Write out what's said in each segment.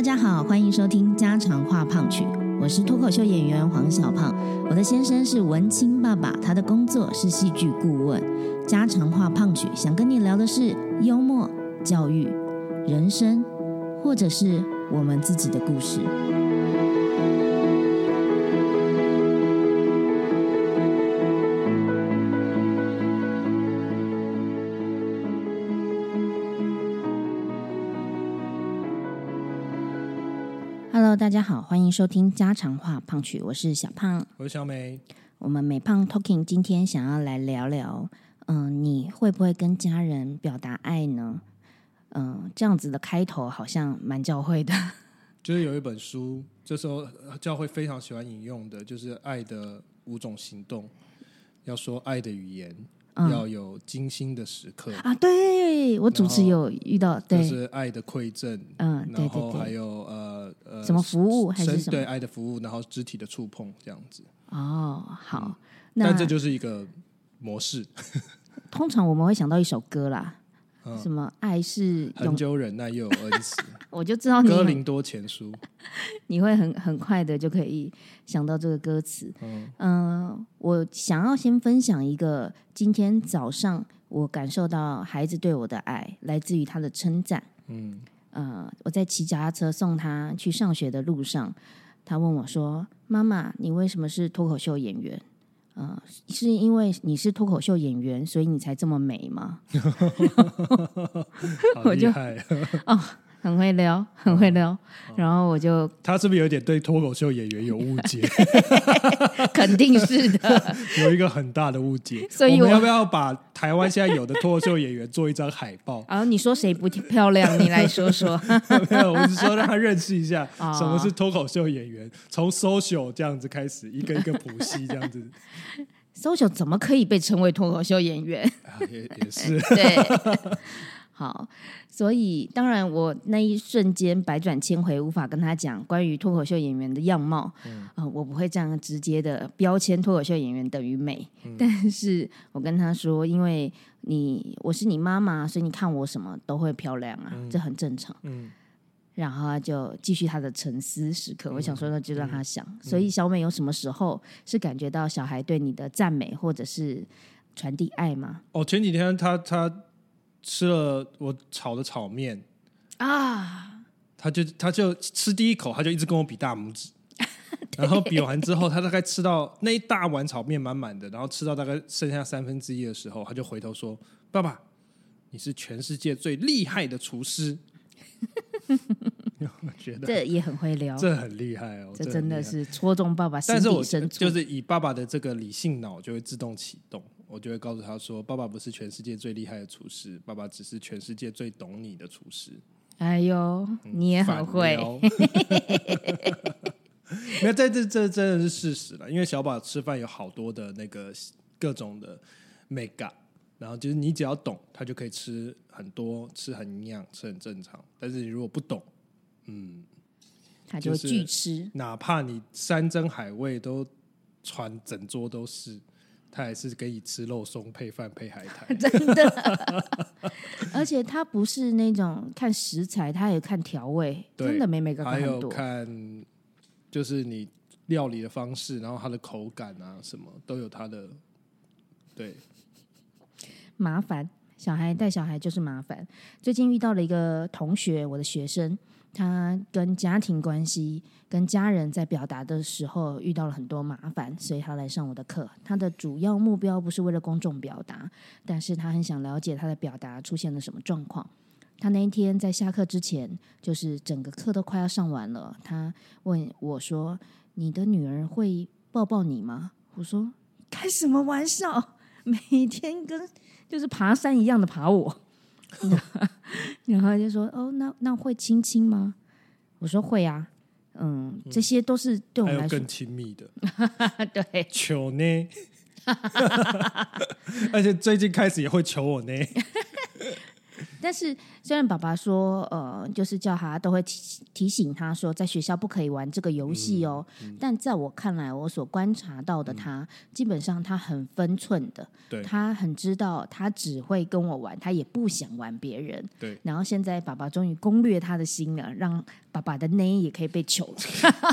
家好，欢迎收听家常话胖曲，我是脱口秀演员黄小胖。我的先生是文青爸爸，他的工作是戏剧顾问。家常话胖曲想跟你聊的是幽默、教育、人生，或者是我们自己的故事。Hello， 大家好，欢迎收听家常话胖曲，我是小胖， 我是小美。 我们美胖 Talking 今天想要来聊聊，你会不会跟家人表达爱呢？这样子的开头好像蛮教会的。 就是有一本书，这时候教会非常喜欢引用的，就是《爱的5种行动》，要说爱的语言。要有精心的时刻啊！对，我主持有遇到，对， 就是爱的馈赠，然后还有什么服务还是什么？ 对，爱的服务，然后肢体的触碰这样子。 哦，好， 但这就是一个模式。 通常我们会想到一首歌啦，什么爱是恒久忍耐又有恩慈， 我就知道你哥林多前书， 你会很快的就可以想到这个歌词。我想要先分享一个今天早上我感受到孩子对我的爱，来自于他的称赞。我在骑脚踏车送他去上学的路上，他问我说：“妈妈，你为什么是脱口秀演员？是因为你是脱口秀演员，所以你才这么美吗？” 好厉害哦，很会撩，很会撩。然后我就， 他是不是有点对脱口秀演员有误解？ 肯定是的， 有一个很大的误解。 所以我们要不要把台湾现在有的脱口秀演员做一张海报？ 你说谁不漂亮？你来说说。 没有，我是说让他认识一下什么是脱口秀演员，从 social 这样子开始，一个一个谱系这样子。 social 怎么可以被称为脱口秀演员？ 也是对。好，所以当然我那一瞬间百转千回，无法跟他讲关于脱口秀演员的样貌。我不会这样直接的标签脱口秀演员等于美。但是我跟他说，因为我是你妈妈，所以你看我什么都会漂亮啊，这很正常。然后他就继续他的沉思时刻。我想说那就让他想。所以小美有什么时候是感觉到小孩对你的赞美或者是传递爱吗？ 前几天他吃了我炒的炒面啊，他就吃第一口，他就一直跟我比大拇指，然后比完之后，他大概吃到那一大碗炒面满满的，然后吃到大概剩下1/3的时候，他就回头说：“爸爸，你是全世界最厉害的厨师。”我觉得这也很会聊， 这很厉害哦， 这真的是戳中爸爸心底深处。 就是以爸爸的这个理性脑就会自动启动。我就会告诉他说：“爸爸不是全世界最厉害的厨师，爸爸只是全世界最懂你的厨师。”哎呦，你也很会。 没有，这真的是事实了。因为小宝吃饭有好多的那个各种的 mega， 然后就是你只要懂，他就可以吃很多，吃很营养，吃很正常。但是你如果不懂， 他就会拒吃。 就是哪怕你山珍海味都传整桌都是。他还是可以吃肉松配饭配海苔， 真的。而且他不是那种看食材，他也看调味，真的每个看很多。 还有看就是你料理的方式，然后它的口感啊，什么都有它的。对， 麻烦带小孩就是麻烦。最近遇到了一个同学，我的学生。他跟家庭关系、跟家人在表达的时候遇到了很多麻烦，所以他来上我的课。他的主要目标不是为了公众表达，但是他很想了解他的表达出现了什么状况。他那一天在下课之前，就是整个课都快要上完了，他问我说：“你的女儿会抱抱你吗？”我说：“开什么玩笑？每天跟就是爬山一样的爬我。”然后他就说：“那会亲亲吗？”我说：“会啊，这些都是对我们来说还有更亲密的， 对， 求呢，而且最近开始也会求我呢。 但是虽然爸爸说就是叫他都会提醒他说在学校不可以玩这个游戏哦，但在我看来我所观察到的他，基本上他很分寸的，他很知道他只会跟我玩，他也不想玩别人。 对， 然后现在爸爸终于攻略他的心了，让爸爸的内也可以被求了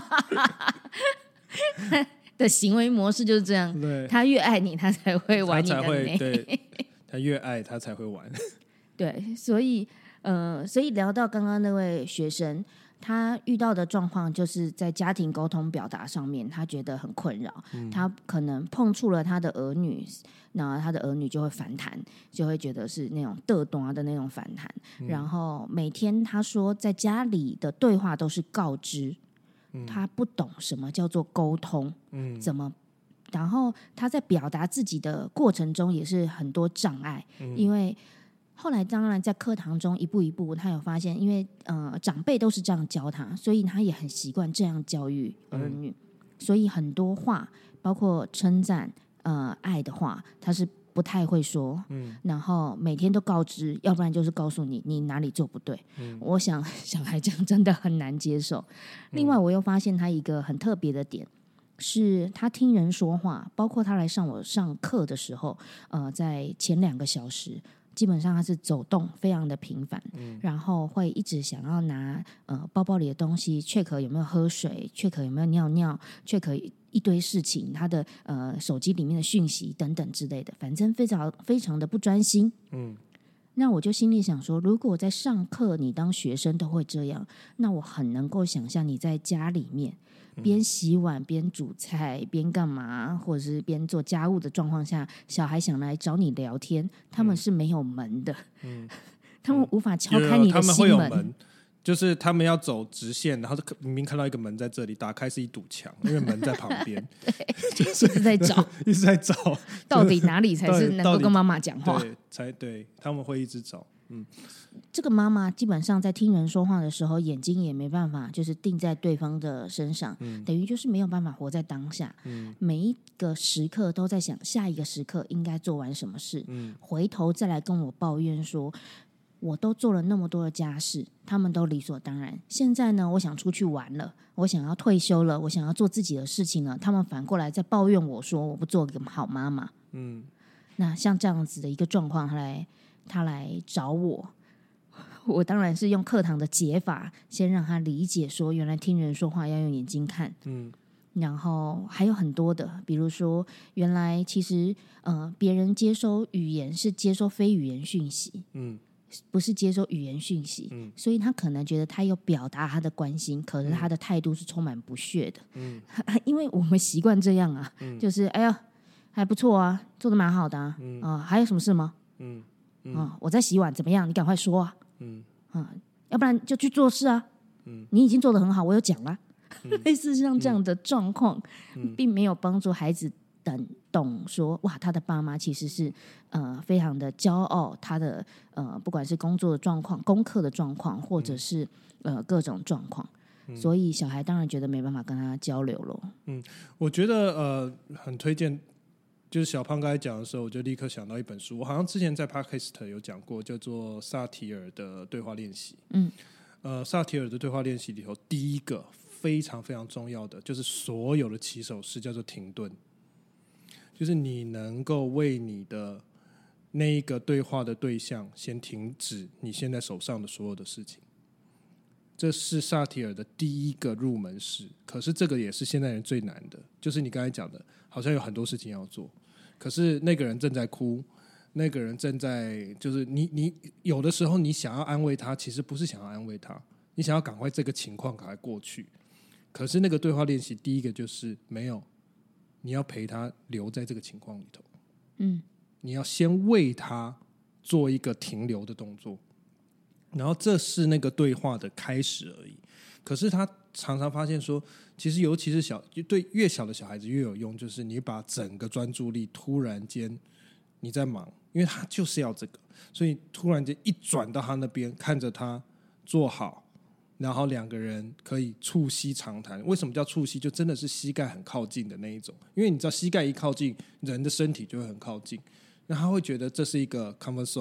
的行为模式就是这样，他越爱你他才会玩你的内， 对，他越爱他才会玩对，所以聊到刚刚那位学生，他遇到的状况就是在家庭沟通表达上面他觉得很困扰，他可能碰触了他的儿女，那他的儿女就会反弹，就会觉得是那种嘚短的那种反弹，然后每天他说在家里的对话都是告知，他不懂什么叫做沟通，怎么，然后他在表达自己的过程中也是很多障碍，因为后来当然在课堂中一步一步他有发现，因为长辈都是这样教他，所以他也很习惯这样教育儿女，所以很多话包括称赞爱的话他是不太会说，然后每天都告知，要不然就是告诉你哪里做不对，我想小孩这样真的很难接受。另外我又发现他一个很特别的点，是他听人说话，包括他来上我上课的时候，在前2个小时基本上他是走动非常的频繁，然后会一直想要拿包包里的东西 check 有没有喝水， check 有没有尿尿， check 一堆事情，他的手机里面的讯息等等之类的，反正非常非常的不专心。那我就心里想说，如果在上课你当学生都会这样，那我很能够想象你在家里面边洗碗边煮菜边干嘛，或者是边做家务的状况下，小孩想来找你聊天，他们是没有门的，他们无法敲开你的心门，他们会有门， 就是他们要走直线，然后明明看到一个门在这里，打开是一堵墙，因为门在旁边就是一直在找一直在找到底哪里才是能够跟妈妈讲话， 对，他们会一直找。 这个妈妈基本上在听人说话的时候，眼睛也没办法就是定在对方的身上，等于就是没有办法活在当下，每一个时刻都在想下一个时刻应该做完什么事，回头再来跟我抱怨说我都做了那么多的家事，他们都理所当然，现在呢我想出去玩了，我想要退休了，我想要做自己的事情了，他们反过来在抱怨我说我不做个好妈妈。那像这样子的一个状况，他来找我当然是用课堂的解法先让他理解说原来听人说话要用眼睛看，然后还有很多的，比如说原来其实别人接收语言是接收非语言讯息，不是接收语言讯息，所以他可能觉得他有表达他的关心，可是他的态度是充满不屑的，因为我们习惯这样啊，就是哎呀还不错啊，做得蛮好的啊，还有什么事吗？我在洗碗怎么样？你赶快说啊！要不然就去做事啊！你已经做得很好，我有讲啦。类似像这样的状况，并没有帮助孩子懂说哇，他的爸妈其实是非常的骄傲，他的不管是工作的状况、功课的状况，或者是各种状况，所以小孩当然觉得没办法跟他交流了。 我觉得很推荐。就是小胖刚才讲的时候，我就立刻想到一本书，我好像之前在 Podcast 有讲过，叫做萨提尔的对话练习。萨提尔的对话练习里头，第一个非常非常重要的，就是所有的起手式叫做停顿，就是你能够为你的那一个对话的对象先停止你现在手上的所有的事情。这是萨提尔的第一个入门式，可是这个也是现代人最难的，就是你刚才讲的，好像有很多事情要做，可是那个人正在哭，那个人正在就是你有的时候你想要安慰他，其实不是想要安慰他，你想要赶快这个情况赶快过去，可是那个对话练习第一个就是没有，你要陪他留在这个情况里头，你要先为他做一个停留的动作，然后这是那个对话的开始而已。可是他常常发现说，其实尤其是对越小的小孩子越有用，就是你把整个专注力突然间你在忙，因为他就是要这个，所以突然间一转到他那边，看着他做好，然后两个人可以促膝长谈。为什么叫促膝？就真的是膝盖很靠近的那一种，因为你知道膝盖一靠近，人的身体就会很靠近，那他会觉得这是一个 comfort zone，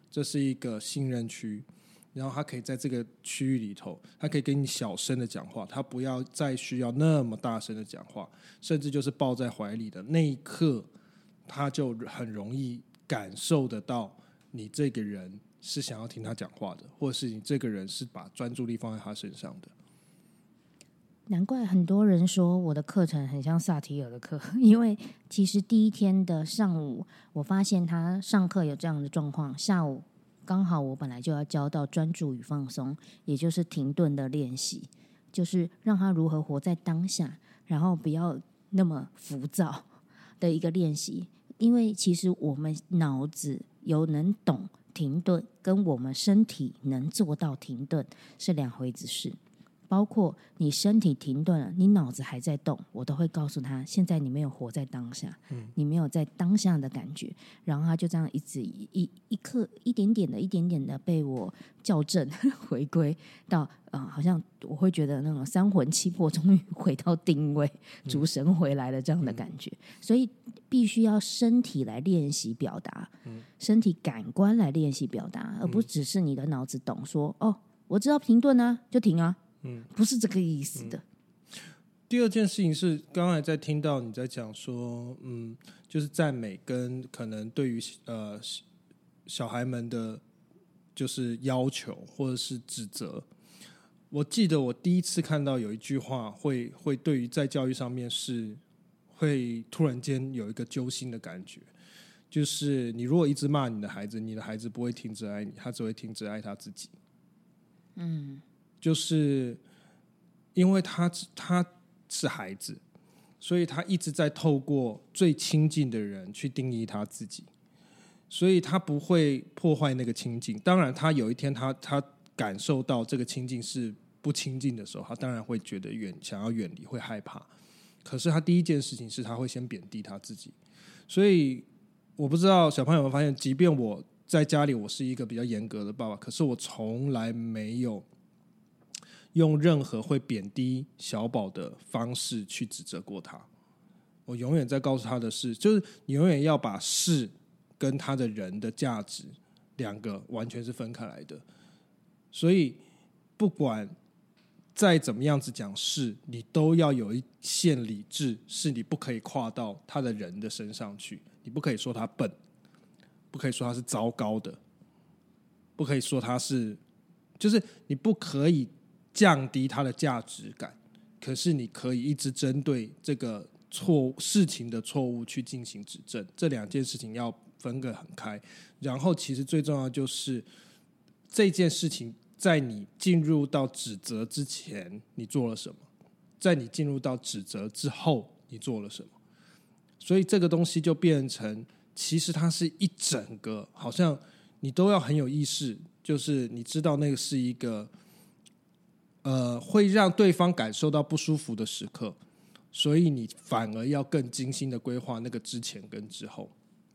这是一个信任区，然后他可以在这个区域里头，他可以跟你小声的讲话，他不要再需要那么大声的讲话，甚至就是抱在怀里的那一刻，他就很容易感受得到你这个人是想要听他讲话的，或者是你这个人是把专注力放在他身上的。 难怪很多人说我的课程很像萨提尔的课，因为其实第一天的上午，我发现他上课有这样的状况，下午刚好我本来就要教到专注与放松，也就是停顿的练习，就是让他如何活在当下，然后不要那么浮躁的一个练习。因为其实我们脑子有能懂停顿，跟我们身体能做到停顿是两回事。包括你身体停顿了，你脑子还在动，我都会告诉他，现在你没有活在当下，你没有在当下的感觉，然后他就这样一直一点点的被我校正回归到好像我会觉得那种三魂七魄终于回到定位，主神回来了这样的感觉。所以必须要身体来练习表达，身体感官来练习表达，而不只是你的脑子懂说哦，我知道停顿啊，就停啊。不是这个意思的。 第二件事情是，刚才在听到你在讲说，就是赞美跟可能对于小孩们的，就是要求或者是指责。我记得我第一次看到有一句话会对于在教育上面是会突然间有一个揪心的感觉，就是你如果一直骂你的孩子，你的孩子不会停止爱你，他只会停止爱他自己。就是因为他是孩子，所以他一直在透过最亲近的人去定义他自己，所以他不会破坏那个亲近。当然他有一天他感受到这个亲近是不亲近的时候，他当然会觉得想要远离，会害怕。可是他第一件事情是他会先贬低他自己。所以我不知道小朋友有没有发现，即便我在家里我是一个比较严格的爸爸，可是我从来没有用任何会贬低小宝的方式去指责过他。我永远在告诉他的是，就是你永远要把事跟他的人的价值两个完全是分开来的。所以不管再怎么样子讲事，你都要有一线理智，是你不可以跨到他的人的身上去。你不可以说他笨，不可以说他是糟糕的，不可以说他是，就是你不可以降低他的价值感，可是你可以一直针对这个事情的错误去进行指正，这两件事情要分个很开。然后其实最重要就是这件事情在你进入到指责之前你做了什么，在你进入到指责之后你做了什么。所以这个东西就变成其实它是一整个，好像你都要很有意识，就是你知道那个是一个会让对方感受到不舒服的时刻，所以你反而要更精心的规划那个之前跟之后。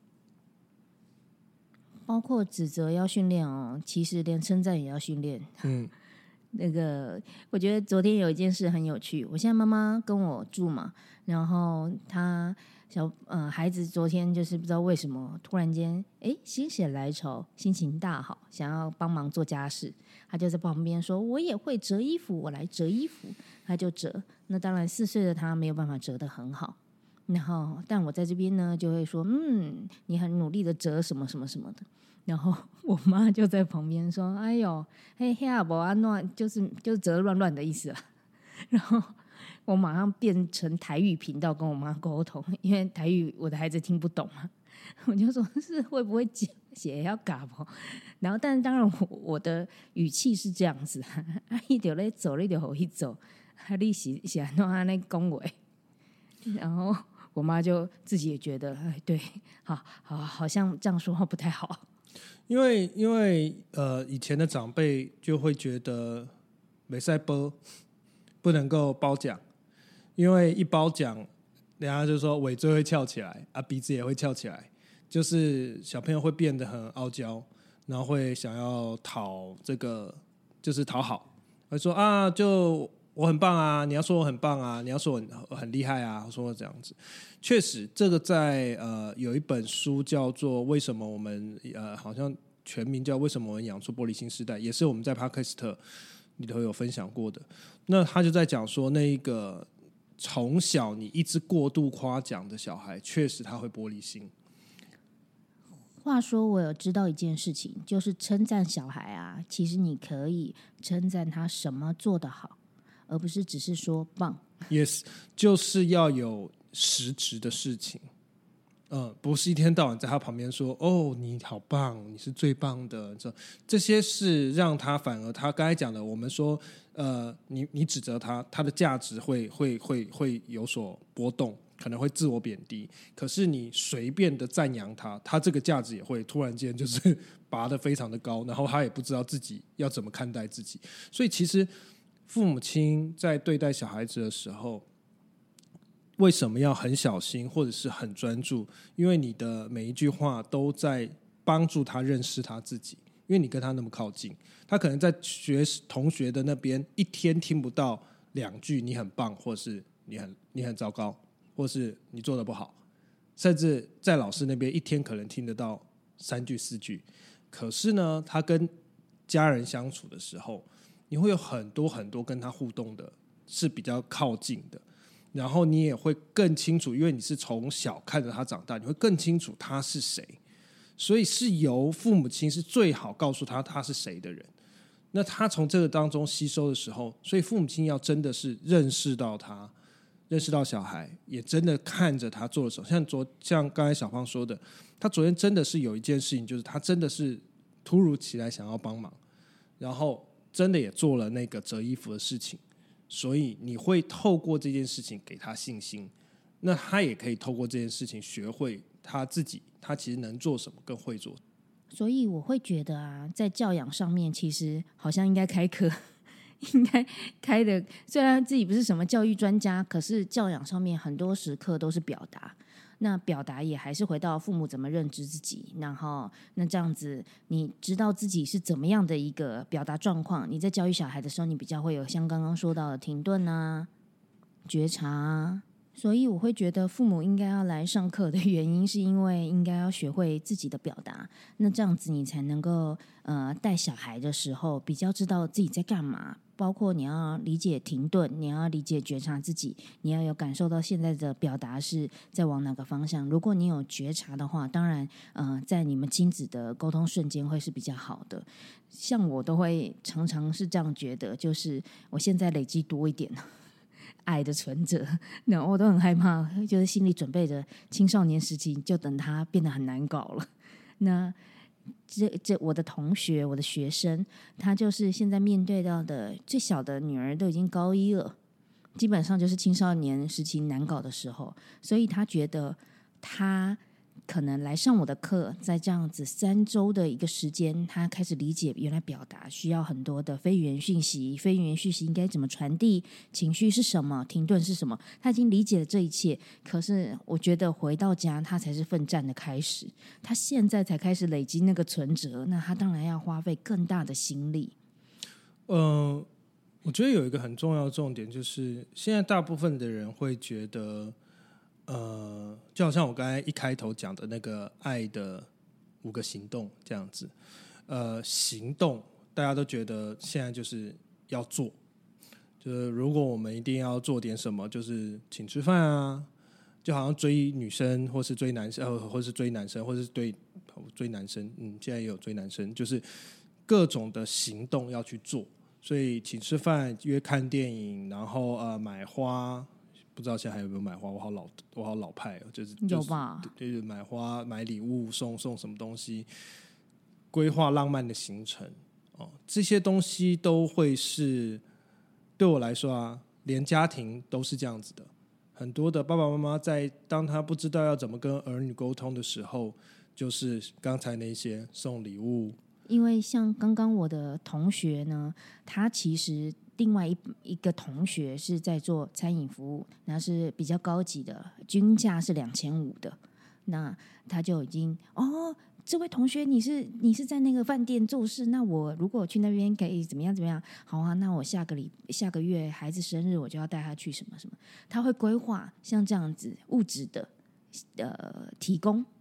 包括指责要训练哦，其实连称赞也要训练。那个我觉得昨天有一件事很有趣，我现在妈妈跟我住嘛，然后她孩子昨天就是不知道为什么突然间心血来潮，心情大好，想要帮忙做家事，他就在旁边说我也会折衣服，我来折衣服，他就折。那当然4岁的他没有办法折得很好，然后但我在这边呢就会说你很努力的折什么什么什么的，然后我妈就在旁边说哎呦嘿呀不啊乱，就是折乱乱的意思啊。然后我马上变成台语频道跟我妈沟通，因为台语我的孩子听不懂嘛，我就说是会不会写要嘎不？然后但是当然我的语气是这样子，一直在走，你就好去走，你是安怎样讲话？然后我妈就自己也觉得对，好像这样说话不太好。 因为以前的长辈就会觉得没赛播不能够褒奖，因为一褒奖人家就说尾椎会翘起来啊，鼻子也会翘起来，就是小朋友会变得很傲娇，然后会想要讨这个就是讨好，会说啊就我很棒啊，你要说我很棒啊，你要说我很厉害啊，说我这样子。确实这个在有一本书叫做为什么我们好像全名叫《为什么我们养出玻璃心世代》，也是我们在 Podcast 里头有分享过的。那他就在讲说，那一个从小你一直过度夸奖的小孩，确实他会玻璃心。 话说我有知道一件事情，就是称赞小孩啊，其实你可以称赞他什么做得好，而不是只是说棒。 Yes， 就是要有实质的事情，不是一天到晚在他旁边说哦你好棒，你是最棒的，这些是让他反而他刚才讲的，我们说你指责他，他的价值会有所波动，可能会自我贬低。可是你随便的赞扬他，他这个价值也会突然间就是拔得非常的高，然后他也不知道自己要怎么看待自己。所以其实父母亲在对待小孩子的时候，为什么要很小心或者是很专注？因为你的每一句话都在帮助他认识他自己，因为你跟他那么靠近，他可能在同学的那边一天听不到2句你很棒，或是你很糟糕，或是你做得不好，甚至在老师那边一天可能听得到3句4句。可是呢，他跟家人相处的时候，你会有很多很多跟他互动的是比较靠近的，然后你也会更清楚，因为你是从小看着他长大，你会更清楚他是谁。所以是由父母亲是最好告诉他是谁的人。那他从这个当中吸收的时候，所以父母亲要真的是认识到他，认识到小孩，也真的看着他做的时候，像刚才小芳说的，他昨天真的是有一件事情，就是他真的是突如其来想要帮忙，然后真的也做了那个折衣服的事情，所以你会透过这件事情给他信心，那他也可以透过这件事情学会他自己，他其实能做什么，更会做。 所以我会觉得啊，在教养上面，其实好像应该开课，应该开的。虽然自己不是什么教育专家，可是教养上面很多时刻都是表达。那表达也还是回到父母怎么认知自己，然后那这样子，你知道自己是怎么样的一个表达状况，你在教育小孩的时候，你比较会有像刚刚说到的停顿啊、觉察啊。所以我会觉得父母应该要来上课的原因，是因为应该要学会自己的表达，那这样子你才能够带小孩的时候比较知道自己在干嘛，包括你要理解停顿，你要理解觉察自己，你要有感受到现在的表达是在往哪个方向。如果你有觉察的话，当然在你们亲子的沟通瞬间会是比较好的。像我都会常常是这样觉得，就是我现在累积多一点爱的存折，那我都很害怕，就是心里准备着青少年时期就等他变得很难搞了。那这我的同学，我的学生，他就是现在面对到的最小的女儿都已经高1了，基本上就是青少年时期难搞的时候，所以他觉得他可能来上我的课，在这样子3周的一个时间，他开始理解原来表达需要很多的非语言讯息，非语言讯息应该怎么传递，情绪是什么，停顿是什么，他已经理解了这一切。可是我觉得回到家，他才是奋战的开始，他现在才开始累积那个存折，那他当然要花费更大的心力。 我觉得有一个很重要的重点，就是现在大部分的人会觉得就好像我刚才一开头讲的那个爱的5个行动这样子，行动大家都觉得现在就是要做，就是如果我们一定要做点什么，就是请吃饭啊，就好像追女生或是追男生，或是追男生，或是追男生，现在也有追男生，就是各种的行动要去做，所以请吃饭、约看电影，然后买花。不知道现在还有没有买花，我好老派哦，就是有吧？ 就是买花、买礼物、送什么东西，规划浪漫的行程这些东西都会是对我来说啊，连家庭都是这样子的。很多的爸爸妈妈在当他不知道要怎么跟儿女沟通的时候，就是刚才那些送礼物。 因为像刚刚我的同学呢，他其实另外一个同学是在做餐饮服务，那是比较高级的，均价是2500的。那他就已经这位同学你是在那个饭店做事，那我如果去那边可以怎么样？好啊，那我下个月孩子生日我就要带他去什么什么，他会规划像这样子物质的提供。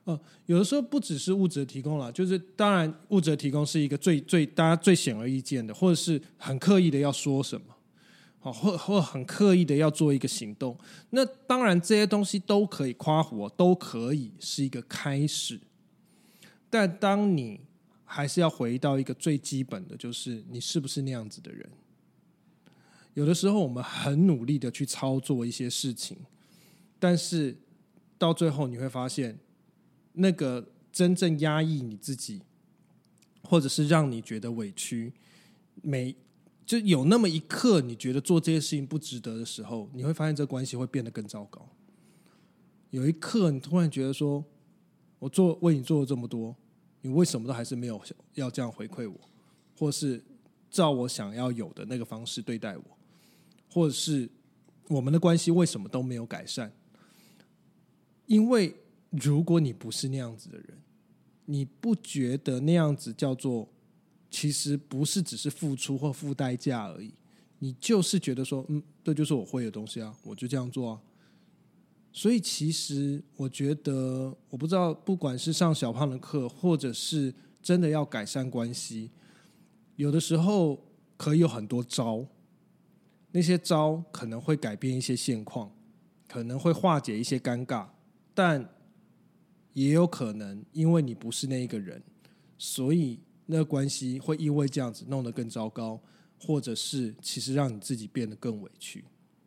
有的时候不只是物质的提供啦，就是当然物质的提供是一个大家最显而易见的，或者是很刻意的要说什么，或很刻意的要做一个行动。那当然这些东西都可以夸胡，都可以是一个开始。但当你还是要回到一个最基本的，就是你是不是那样子的人。有的时候我们很努力的去操作一些事情，但是到最后你会发现，那个真正压抑你自己，或者是让你觉得委屈，就有那么一刻你觉得做这些事情不值得的时候，你会发现这关系会变得更糟糕。有一刻你突然觉得说，我为你做了这么多，你为什么都还是没有要这样回馈我，或是照我想要有的那个方式对待我，或者是我们的关系为什么都没有改善。因为如果你不是那样子的人，你不觉得那样子叫做其实不是只是付出或付代价而已，你就是觉得说这就是我会的东西啊，我就这样做啊。所以其实我觉得，我不知道不管是上小胖的课，或者是真的要改善关系，有的时候可以有很多招，那些招可能会改变一些现况，可能会化解一些尴尬，但也有可能因为你不是那一个人，所以那个关系会因为这样子弄得更糟糕，或者是其实让你自己变得更委屈。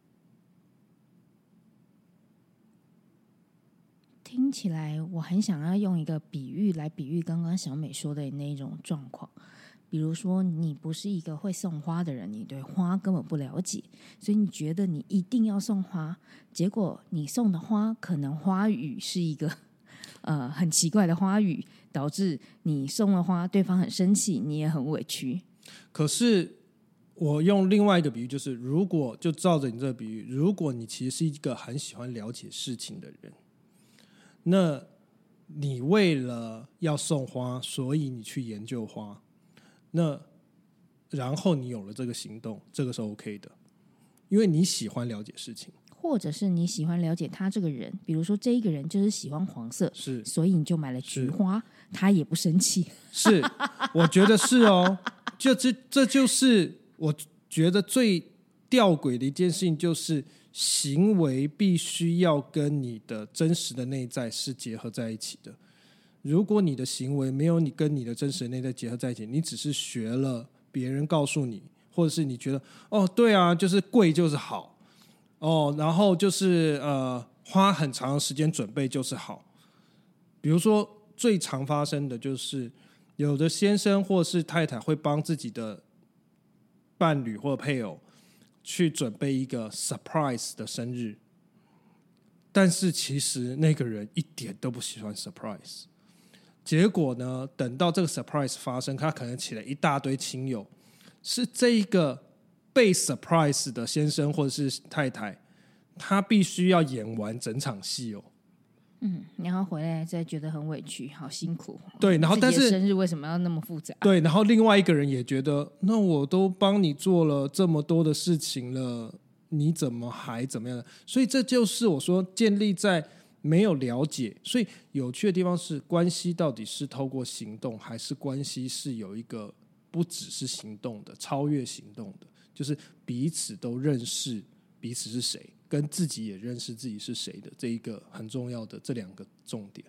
听起来我很想要用一个比喻来比喻刚刚小美说的那种状况。比如说你不是一个会送花的人，你对花根本不了解，所以你觉得你一定要送花，结果你送的花可能花语是一个很奇怪的花语，导致你送了花对方很生气，你也很委屈。 可是我用另外一个比喻，就是如果就照着你这个比喻，如果你其实是一个很喜欢了解事情的人，那你为了要送花，所以你去研究花，那然后你有了这个行动，这个是 OK 的，因为你喜欢了解事情， 或者是你喜欢了解他这个人，比如说这一个人就是喜欢黄色， 是， 所以你就买了菊花，他也不生气。 是，我觉得是哦，这就是我觉得最吊诡的一件事情，就是行为必须要跟你的真实的内在是结合在一起的。如果你的行为没有你跟你的真实的内在结合在一起，你只是学了别人告诉你，或者是你觉得对啊，就是贵就是好然后就是花很长的时间准备就是好。比如说最常发生的就是有的先生或是太太会帮自己的伴侣或配偶去准备一个 surprise 的生日，但是其实那个人一点都不喜欢 surprise。结果呢，等到这个 surprise 发生，他可能请了一大堆亲友，是这一个被 surprise 的先生或者是太太，他必须要演完整场戏哦。 然后回来再觉得很委屈，好辛苦。 对，然后但是生日为什么要那么复杂？ 对，然后另外一个人也觉得，那我都帮你做了这么多的事情了，你怎么还怎么样？所以这就是我说建立在没有了解。所以有趣的地方是，关系到底是透过行动，还是关系是有一个不只是行动的，超越行动的，就是彼此都认识彼此是谁，跟自己也认识自己是谁的这一个很重要的这两个重点。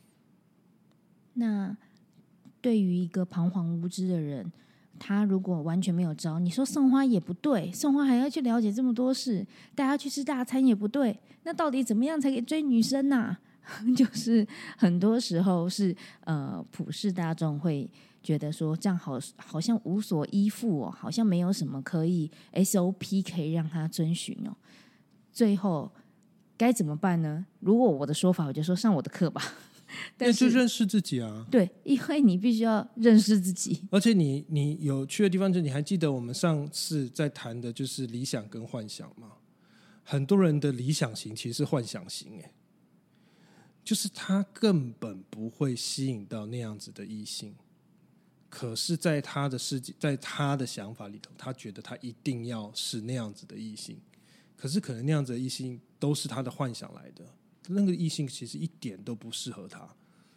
那对于一个彷徨无知的人，他如果完全没有招，你说送花也不对，送花还要去了解这么多事，带他去吃大餐也不对，那到底怎么样才可以追女生啊？就是很多时候是普世大众会觉得说这样好像无所依附好像没有什么可以 SOP 可以让他遵循最后该怎么办呢？如果我的说法，我就说上我的课吧。 那就认识自己啊。 对，因为你必须要认识自己。 而且你有趣的地方就是，你还记得我们上次在谈的就是理想跟幻想吗？很多人的理想型其实是幻想型，就是他根本不会吸引到那样子的异性，可是在他的世界，在他的想法里头，他觉得他一定要是那样子的异性，可是可能那样子的异性都是他的幻想来的，那个异性其实一点都不适合他，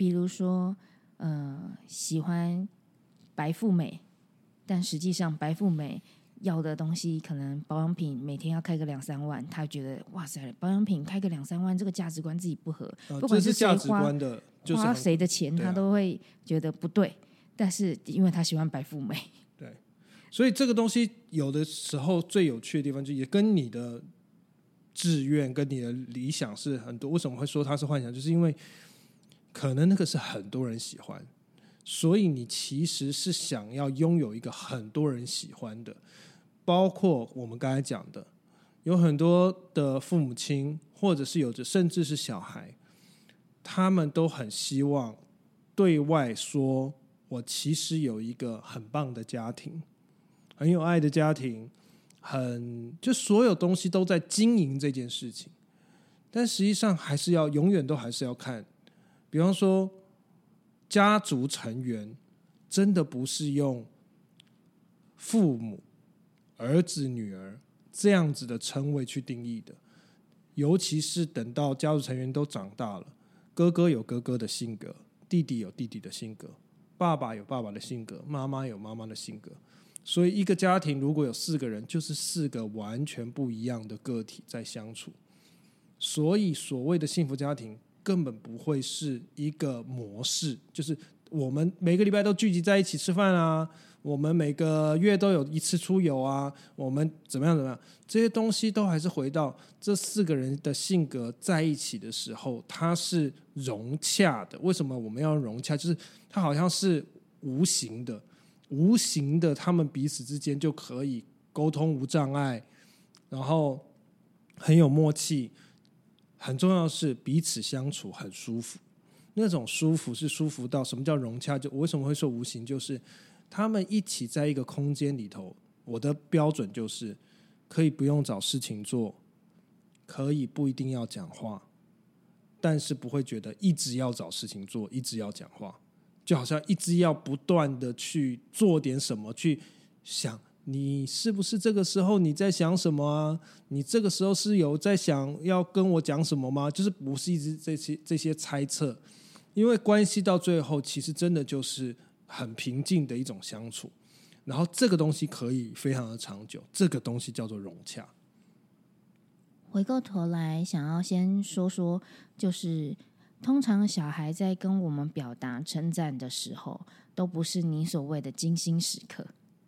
比如说喜欢白富美，但实际上白富美要的东西可能保养品每天要开个2-3万，他觉得哇塞，保养品开个2-3万，这个价值观自己不合，不管是价值观的，就是花谁的钱，他都会觉得不对。但是因为他喜欢白富美， 对，所以这个东西有的时候最有趣的地方，就也跟你的志愿跟你的理想是很多。为什么会说它是幻想？就是因为可能那个是很多人喜欢，所以你其实是想要拥有一个很多人喜欢的。包括我们刚才讲的，有很多的父母亲，或者是有着甚至是小孩，他们都很希望对外说，我其实有一个很棒的家庭，很有爱的家庭，就所有东西都在经营这件事情。但实际上还是要永远都还是要看，比方说家族成员真的不是用父母、儿子、女儿这样子的称谓去定义的，尤其是等到家族成员都长大了，哥哥有哥哥的性格，弟弟有弟弟的性格，爸爸有爸爸的性格，妈妈有妈妈的性格。所以一个家庭如果有4个人，就是4个完全不一样的个体在相处。所以所谓的幸福家庭根本不会是一个模式，就是我们每个礼拜都聚集在一起吃饭啊，我们每个月都有一次出游啊，我们怎么样，这些东西都还是回到这4个人的性格在一起的时候，它是融洽的。为什么我们要融洽？就是它好像是无形的，他们彼此之间就可以沟通无障碍，然后很有默契。很重要的是彼此相处很舒服，那种舒服是舒服到什么叫融洽？就我为什么会说无形，就是他们一起在一个空间里头，我的标准就是可以不用找事情做，可以不一定要讲话，但是不会觉得一直要找事情做，一直要讲话，就好像一直要不断的去做点什么，去想你是不是这个时候你在想什么啊？你这个时候是有在想要跟我讲什么吗？就是不是一直这些猜测，因为关系到最后其实真的就是很平静的一种相处，然后这个东西可以非常的长久，这个东西叫做融洽。 回过头来想要先说说，就是通常小孩在跟我们表达称赞的时候，都不是你所谓的精心时刻。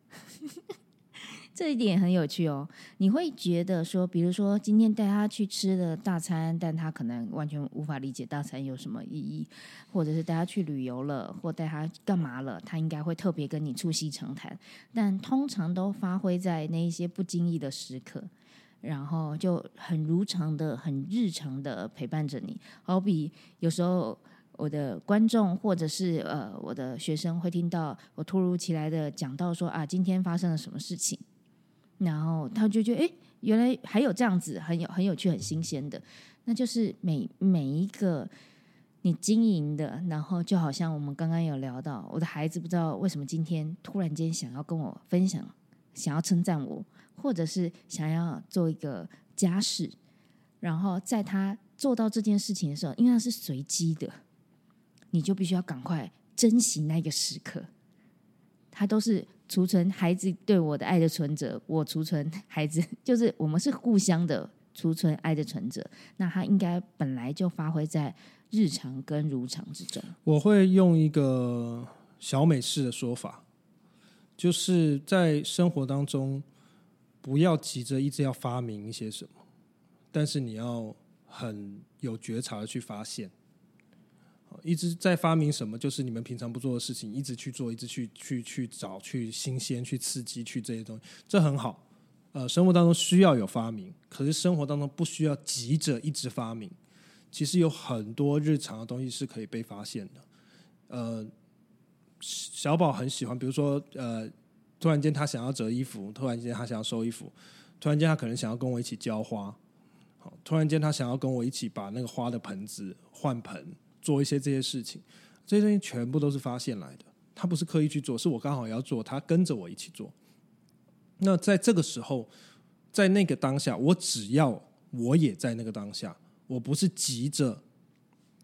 这一点很有趣哦。你会觉得说，比如说今天带他去吃了大餐，但他可能完全无法理解大餐有什么意义，或者是带他去旅游了，或带他干嘛了，他应该会特别跟你促膝长谈，但通常都发挥在那一些不经意的时刻，然后就很如常的、很日常的陪伴着你。好比有时候我的观众或者是我的学生会听到我突如其来的讲到说啊，今天发生了什么事情，然后他就觉得原来还有这样子很有趣很新鲜的，那就是每一个你经营的，然后就好像我们刚刚有聊到，我的孩子不知道为什么今天突然间想要跟我分享，想要称赞我，或者是想要做一个家事，然后在他做到这件事情的时候，因为它是随机的，你就必须要赶快珍惜那个时刻。他都是储存孩子对我的爱的存折，我储存孩子，就是我们是互相的储存爱的存折。那他应该本来就发挥在日常跟如常之中。 我会用一个小美式的说法，就是在生活当中不要急着一直要发明一些什么，但是你要很有觉察的去发现。一直在发明什么，就是你们平常不做的事情，一直去做，一直去找，去新鲜，去刺激，去这些东西，这很好。生活当中需要有发明，可是生活当中不需要急着一直发明。其实有很多日常的东西是可以被发现的。小宝很喜欢，比如说突然间他想要折衣服，突然间他想要收衣服，突然间他可能想要跟我一起浇花，突然间他想要跟我一起把那个花的盆子换盆，做一些这些事情，这些东西全部都是发现来的，他不是刻意去做，是我刚好要做，他跟着我一起做。那在这个时候，在那个当下，我只要我也在那个当下，我不是急着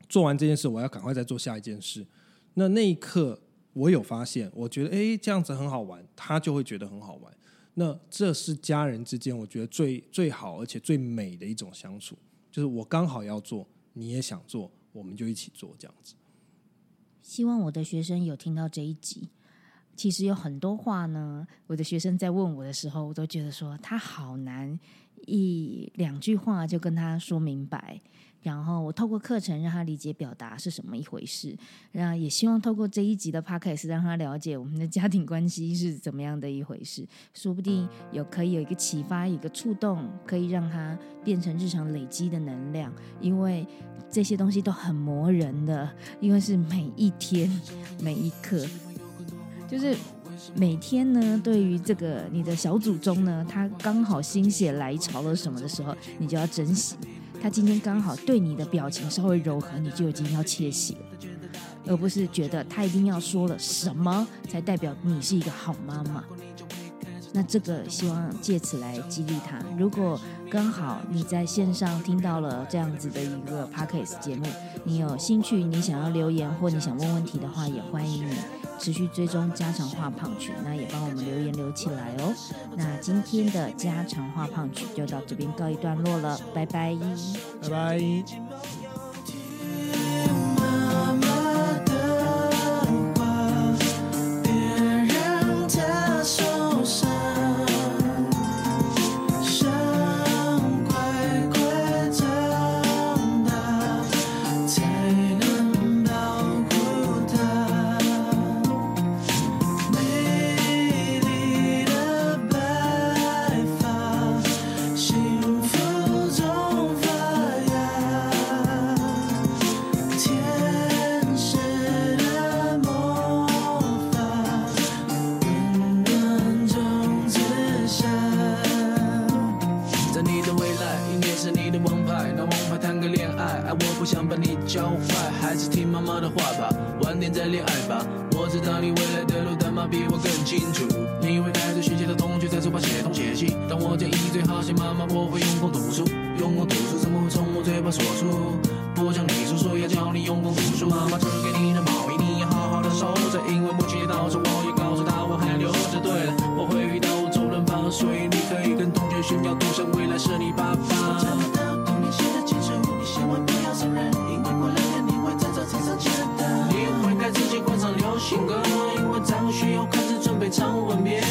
做完这件事我要赶快再做下一件事。那一刻我有发现，我觉得这样子很好玩，他就会觉得很好玩。那这是家人之间我觉得最好而且最美的一种相处，就是我刚好要做，你也想做，我们就一起做这样子。 希望我的学生有听到这一集。其实有很多话呢，我的学生在问我的时候，我都觉得说他好难一两句话就跟他说明白，然后我透过课程让他理解表达是什么一回事，然后也希望透过这一集的 podcast 让他了解我们的家庭关系是怎么样的一回事，说不定可以有一个启发，有一个触动，可以让他变成日常累积的能量，因为这些东西都很磨人的，因为是每一天每一刻，就是每天呢，对于这个你的小祖宗呢，他刚好心血来潮了什么的时候，你就要珍惜。他今天刚好对你的表情稍微柔和，你就已经要窃喜了，而不是觉得他一定要说了什么才代表你是一个好妈妈。那这个希望借此来激励他。如果刚好你在线上听到了这样子的一个 podcast 节目，你有兴趣，你想要留言或你想问问题的话，也欢迎你持续追踪家常话胖曲，那也帮我们留言留起来哦。那今天的家常话胖曲就到这边告一段落了，拜拜， 拜拜。 还是听妈妈的话吧，晚点再恋爱吧。我知道你未来的路，但妈比我更清楚。你会带着学姐的同学在书包写东写西，但我建议最好写妈妈，我会用功读书。用功读书怎么会从我嘴巴说出？不讲你叔叔要教你用功读书。妈妈织给你的毛衣，你要好好的收着，因为母亲节到时我也告诉她我还留着。对了，我会遇到周润发，所以你可以跟同学炫耀，赌神未来是你爸爸。我找不到童年写的清楚，你千万不要承认，因为过2年你会真正才上街的。你会开始喜欢上流行歌，因为张学友开始准备唱吻别。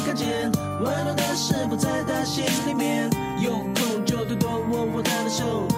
温暖的事不在他心里面，有空就多多握握他的手。